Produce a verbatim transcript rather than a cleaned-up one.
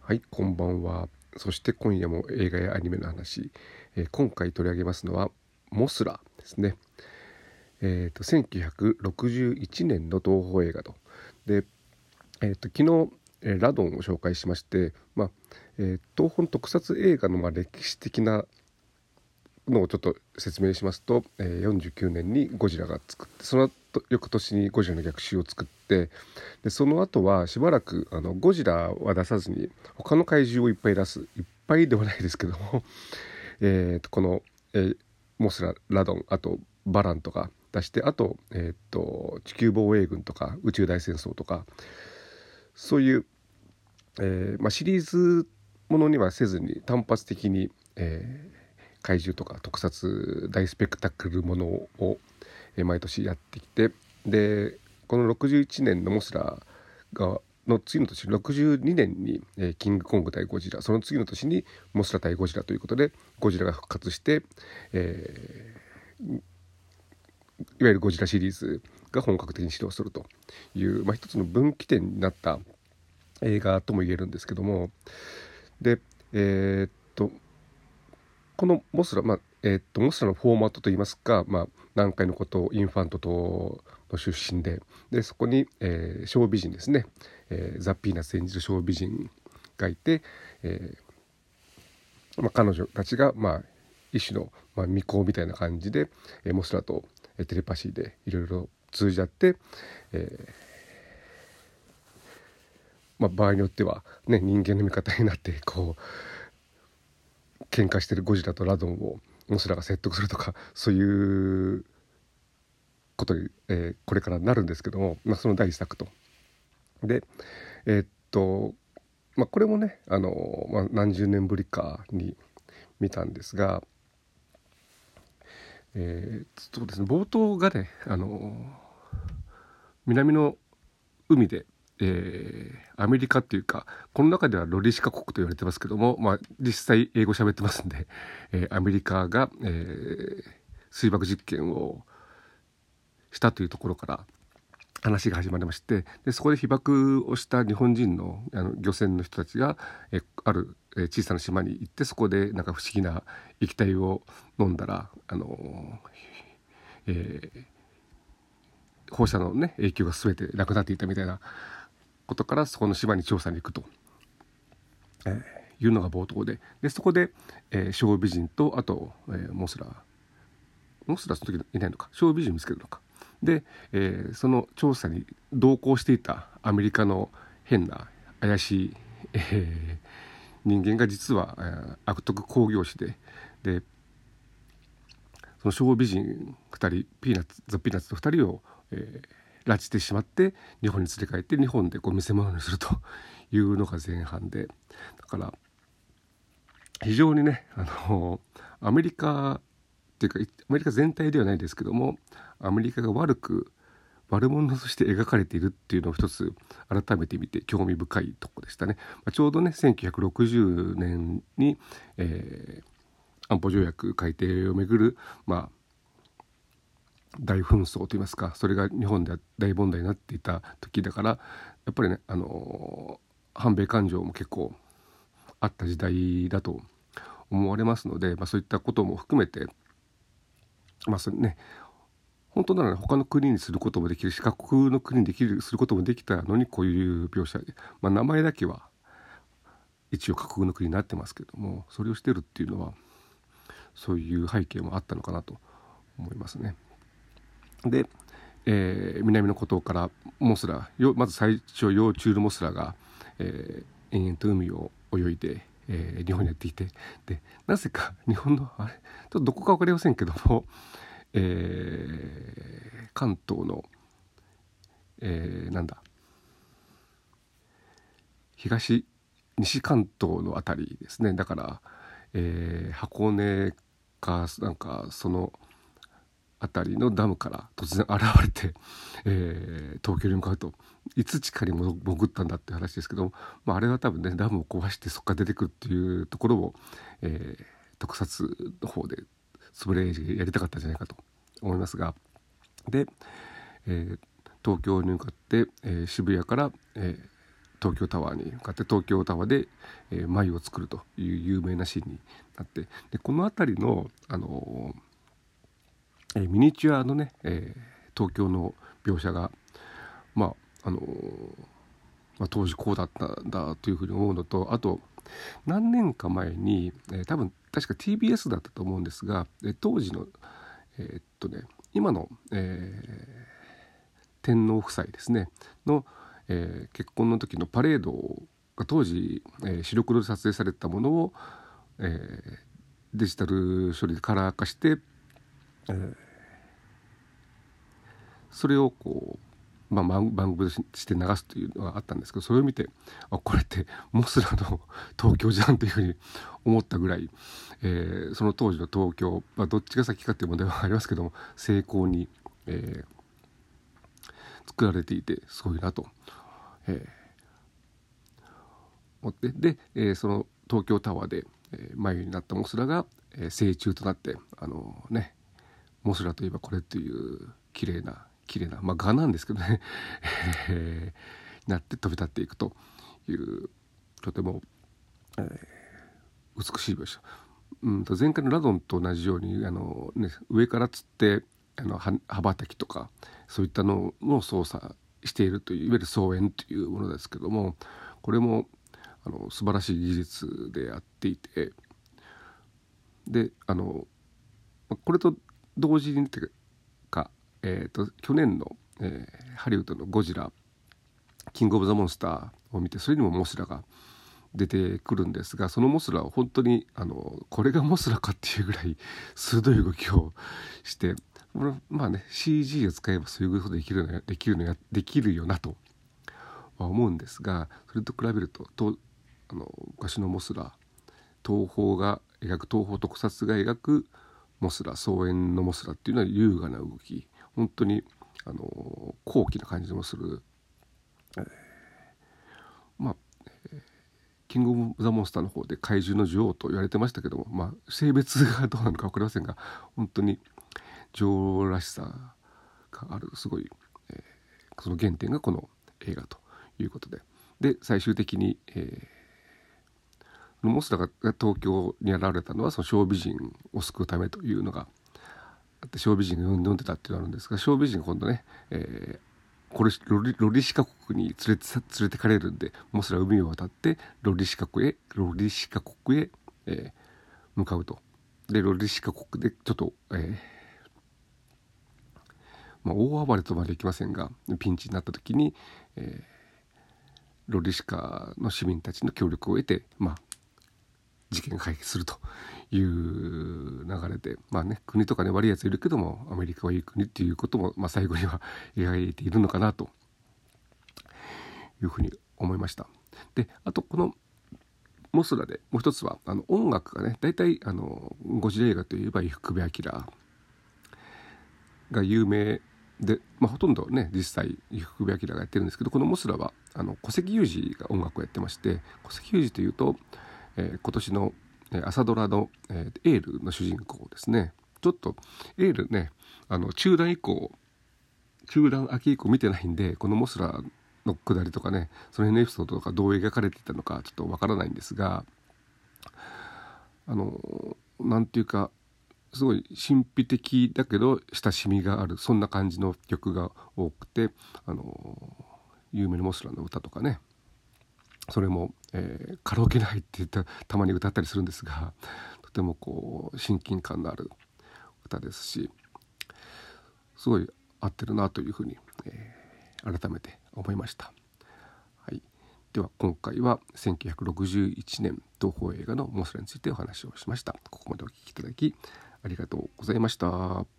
はい、こんばんは。そして今夜も映画やアニメの話、えー今回取り上げますのはモスラですね。えー、とせんきゅうひゃくろくじゅういちねんの東宝映画と。で、えー、と昨日、えーラドンを紹介しまして、まあえー東宝の特撮映画のまあ歴史的なのをちょっと説明しますと、えーよんじゅうきゅうねんにゴジラが作って、その後翌年にゴジラの逆襲を作って、でその後はしばらくあのゴジラは出さずに他の怪獣をいっぱい出す、いっぱいではないですけどもえーとこの、えーモスラ、ラドン、あとバランとか出して、あと,、えーと地球防衛軍とか宇宙大戦争とか、そういう、えーまあ、シリーズものにはせずに単発的に、えー怪獣とか特撮大スペクタクルものを、えー毎年やってきて、でこのろくじゅういちねんのモスラがの次の年ろくじゅうにねんに、えーキングコング対ゴジラ、その次の年にモスラ対ゴジラということでゴジラが復活して、えーいわゆるゴジラシリーズが本格的に始動するという、まあ、一つの分岐点になった映画とも言えるんですけども、でえーっとこのモスラ、まあえーっとモスラのフォーマットといいますか、まあ、南海のことインファント島の出身で、でそこに、えー、小美人ですね、えーザ・ピーナッツ演じる小美人がいて、えーまあ、彼女たちが、まあ、一種の、まあ、巫女みたいな感じで、えーモスラと、えーテレパシーでいろいろ通じ合って、えーまあ、場合によっては、ね、人間の味方になってこう喧嘩してるゴジラとラドンをモスラが説得するとか、そういうことに、えーこれからなるんですけども、まあ、その第一作と。でえーっとまあこれもね、あの、まあ、何十年ぶりかに見たんですが、えーそうですね、冒頭がね、あの南の海で、えーアメリカっていうか、この中ではロリシカ国と言われてますけども、まあ、実際英語喋ってますんで、えーアメリカが、えー水爆実験をしたというところから話が始まりまして、でそこで被爆をした日本人の、あの漁船の人たちがえあるえ小さな島に行って、そこでなんか不思議な液体を飲んだら、あの、えー放射能の、ね、影響が全てなくなっていたみたいなことから、そこの島に調査に行くと、えーいうのが冒頭で、でそこで、えー小美人と、あと、えーモスラモスラその時いないのか、小美人見つけるのかで、えーその調査に同行していたアメリカの変な怪しい、えー人間が実は、えー悪徳興行師で、でその小美人ふたり、ピーナッツザ・ピーナッツとふたりを、えー拉致してしまって日本に連れ帰って、日本でこう見せ物にするというのが前半で、だから非常にね、あのアメリカっていうかアメリカ全体ではないですけども、アメリカが悪く悪者として描かれているっていうのを一つ改めて見て興味深いところでしたね。まあ、ちょうどねせんきゅうひゃくろくじゅうねんに、えー安保条約改定をめぐる、まあ、大紛争といいますか、それが日本で大問題になっていた時だから、やっぱりね、あの反米感情も結構あった時代だと思われますので、まあ、そういったことも含めて、まあそれね、本当なら他の国にすることもできるし、各国の国にできるすることもできたのに、こういう描写で、まあ、名前だけは一応各国の国になってますけども、それをしてるっていうのはそういう背景もあったのかなと思いますね。で、えー南の孤島からモスラよまず最初幼虫のモスラが、えー延々と海を泳いで、えー日本にやってきて、でなぜか日本のあれちょっとどこか分かりませんけども、えー関東の、えーなんだ東西関東のあたりですね。だから、えー箱根かなんかそのあたりのダムから突然現れて、えー東京に向かうと、いつ地下にも潜ったんだって話ですけども、まあ、あれは多分ねダムを壊してそこから出てくるっていうところを、えー特撮の方でスプレーやりたかったんじゃないかと思いますが、で、えー東京に向かって、えー渋谷から、えー東京タワーに向かって東京タワーで、えー、繭を作るという有名なシーンになって、でこの辺りの、あのーえー、ミニチュアのね、えー、東京の描写がまああのーまあ、当時こうだったんだというふうに思うのと、あと何年か前に、えー、多分確か ティービーエス だったと思うんですが、えー、当時のえー、っとね今の、えー、天皇夫妻ですねの、えー、結婚の時のパレードが当時、えー、白黒で撮影されたものを、えー、デジタル処理でカラー化して、えー、それをこう、まあ、番組として流すというのがあったんですけど、それを見てあこれってモスラの東京じゃんというふうに思ったぐらい、えー、その当時の東京、まあ、どっちが先かっていう問題はありますけども精巧に、えー、作られていてすごいなと、えー、思ってで、えー、その東京タワーで、えー、眉になったモスラが、えー、成虫となってあのー、ねモスラといえばこれっていう綺麗な綺麗なまあ蛾なんですけどねえー、なって飛び立っていくというとても、えー、美しい描写、うんと前回のラドンと同じようにあの、ね、上から釣ってあの羽ばたきとかそういったのを操作しているといういわゆる操演というものですけども、これもあの素晴らしい技術でやっていて、であのこれと同時にというか、えー、と去年の、えー、ハリウッドのゴジラキングオブザモンスターを見て、それにもモスラが出てくるんですが、そのモスラは本当にあのこれがモスラかっていうぐらい鋭い動きをして、まあね シージー を使えばそういうことできるのやできるのやできるよなとは思うんですが、それと比べるととあの昔のモスラ、東宝が描く東宝特撮が描くモスラ、操演のモスラっていうのは優雅な動き、本当にあの高貴な感じもする、えー、まあ、えー、キングオブザモンスターの方で怪獣の女王と言われてましたけども、まあ、性別がどうなのか分かりませんが本当に女王らしさがあるすごい、えー、その原点がこの映画ということで、で最終的に、えーモスラが東京に現れたのはその小美人を救うためというのがあって、小美人が呼んでたっていうのがあるんですが、小美人が今度ね、えー、これロリ、ロリシカ国に連れて連れてかれるんで、モスラは海を渡ってロリシカ国へロリシカ国へ、えー、向かうと。でロリシカ国でちょっと、えーまあ、大暴れとまでいきませんがピンチになった時に、えー、ロリシカの市民たちの協力を得て、まあ事件が解決するという流れで、まあね国とかね悪いやついるけどもアメリカはいい国っていうことも、まあ、最後には描いているのかなというふうに思いました。であとこのモスラでもう一つはあの音楽がね、大体あのゴジラ映画といえば伊福部昭が有名で、まあ、ほとんどね実際伊福部昭がやってるんですけど、このモスラはあの小関裕二が音楽をやってまして、小関裕二というとえー、今年の、えー、朝ドラの、えー、エールの主人公ですね。ちょっとエールねあの中断以降中断秋以降見てないんで、このモスラのくだりとかねその辺のエピソードとかどう描かれていたのかちょっとわからないんですが、あのなんていうかすごい神秘的だけど親しみがある、そんな感じの曲が多くて、あの有名なモスラの歌とかね、それも、えー、カラオケに入ってたたまに歌ったりするんですが、とてもこう親近感のある歌ですし、すごい合ってるなというふうに、えー、改めて思いました。はい、では今回はせんきゅうひゃくろくじゅういちねん東宝映画のモスラについてお話をしました。ここまでお聞きいただきありがとうございました。